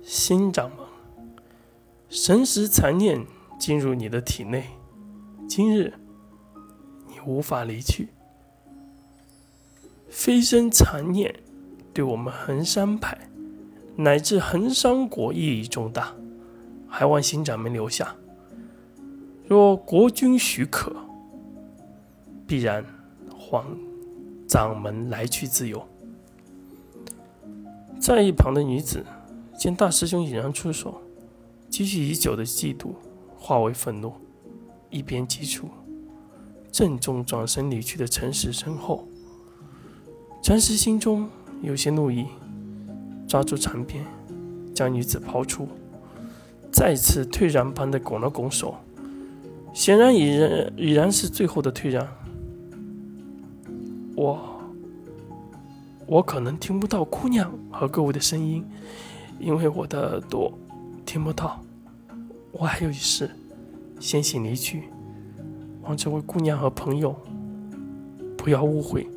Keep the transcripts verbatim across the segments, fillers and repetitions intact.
心掌门，神识残念进入你的体内，今日你无法离去。飞升残念对我们衡山派乃至衡山国意义重大，还望新掌门留下。若国君许可，必然还掌门来去自由。在一旁的女子见大师兄已然出手，积蓄已久的嫉妒化为愤怒，一边击出，正中转身离去的陈实身后。陈实心中有些怒意，抓住长鞭将女子抛出，再次退让般的拱了拱手，显然已然已然是最后的退让。我我可能听不到姑娘和各位的声音，因为我的耳朵听不到。我还有一事，先行离去，望这位姑娘和朋友不要误会。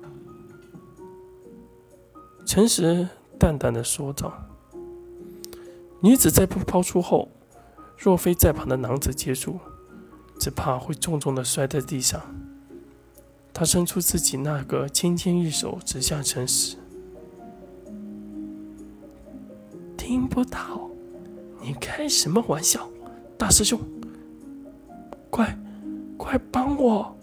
陈实淡淡的说道。女子在被抛出后，若非在旁的男子接住，只怕会重重的摔在地上。他伸出自己那个纤纤玉手指向陈实。听不到？你开什么玩笑？大师兄，快快帮我！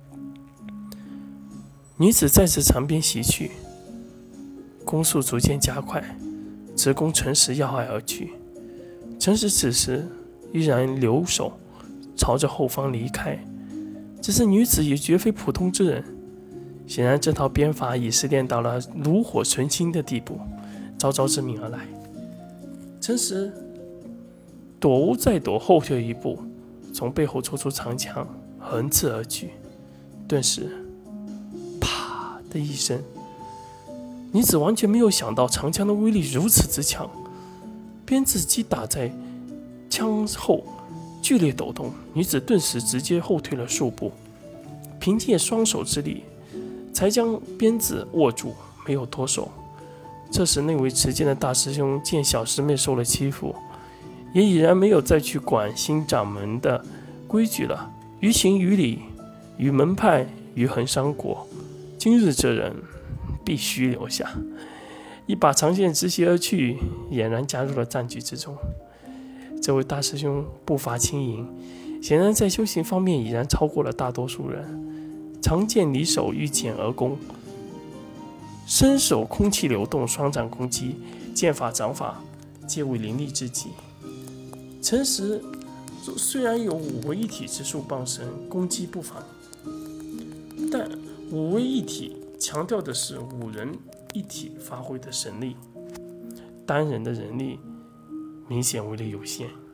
女子再次长鞭袭去，攻速逐渐加快，直攻陈实要害而去。陈实此时依然留手朝着后方离开，只是女子也绝非普通之人，显然这套鞭法已是练到了炉火纯青的地步，招招致命而来。陈实躲无再躲，后退一步，从背后抽出长枪横刺而去。顿时啪的一声，女子完全没有想到长枪的威力如此之强，鞭子击打在枪后剧烈抖动，女子顿时直接后退了数步，凭借双手之力才将鞭子握住，没有脱手。这时那位持剑的大师兄见小师妹受了欺负，也已然没有再去管新掌门的规矩了，于情于理，于门派，于衡山国，今日这人必须留下。一把长剑直袭而去，俨然加入了战局之中。这位大师兄步伐轻盈，显然在修行方面已然超过了大多数人。长剑离手，遇剑而攻，伸手空气流动，双掌攻击，剑法掌法皆为凌厉之极。陈实虽然有五位一体之术傍身，攻击不凡，但五位一体强调的是五人一体发挥的神力，单人的人力明显为了有限。